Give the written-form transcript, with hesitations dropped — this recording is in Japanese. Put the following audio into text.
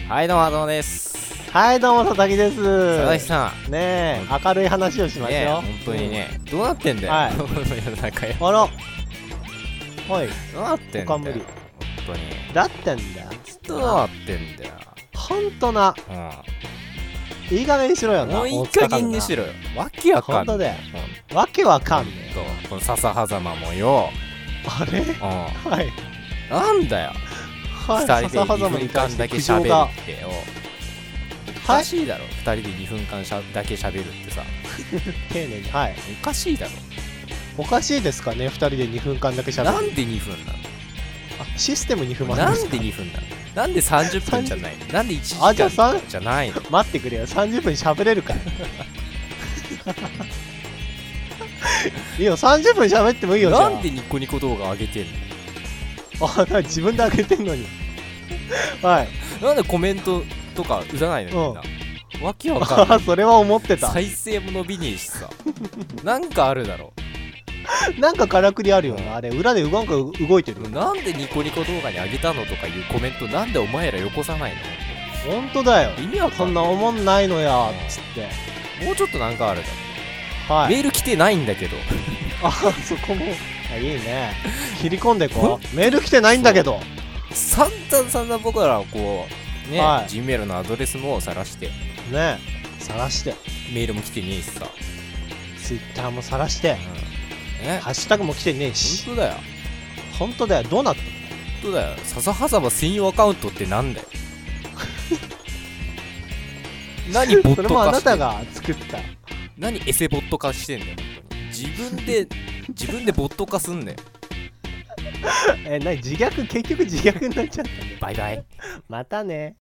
はいどうもどうもです。 はいどうも佐々木です。 佐々木さんねえ、明るい話をしましょう。 ね、本当にね、どうなってんだよ、 はい世の中よ。 あらはいどうなってんだよ他無理本当に。 だってんだよどうなってんだよ。 ほんとな、いい加減にしろよな。 もういい加減にしろよ。わけわかんねほんとだよ、わけわかんねえよ。 え。この笹狭間もよ。 あれはいなんだよ。 はい、 二人で笹 2 狭間に対して分間だけ苦情が喋るってよ。おかしいだろ。2人で2分間だけ喋るってさ。 丁寧に、はい、 おかしいだろ。 おかしいですかね、2人で2分間だけ喋る。 なんで2分なの？ あ、システム2分もあなんでるんですか。 2分なの？なんで30分じゃないの？なんで1時あ、じゃあ間じゃないの？ 待ってくれよ、30分喋れるからいいよ、30分喋ってもいいよ。じゃあなんでニコニコ動画上げてんあ、自分で上げてんのにはいの？なんでコメントとか打たないのみんな。わけわかんない。 それは思ってた。 再生も伸びねえしさ。なんかあるだろ。 なんかからくりあるよな、あれ裏で動いてる。 なんでニコニコ動画に上げたのとかいうコメントなんでお前らよこさないの？ ほんとだよ、 意味わかんなそんな思んないのやっつって。 い。もうちょっとなんかあるだろ。 はい、 メール来てないんだけど。 あ、そこもいいね、切り込んでこう。メール来てないんだけど。 散々僕らはこうね、 はい Gmail のアドレスも晒してねえ、晒して、 メールも来てねえしさ。 Twitter も晒して、 ね、 ハッシュタグも来てねえし。 本当だよ。 ほんとだよ、どうなったの。 本当だよ。笹狭間専用アカウントってなんだよ。何ボッそれもあト化してんの？ なたが作った。 何エセボット化してんだよ。本当に自分でボット化すんだよ。 何、自虐、結局自虐になっちゃったね。 バイバイ。 またね。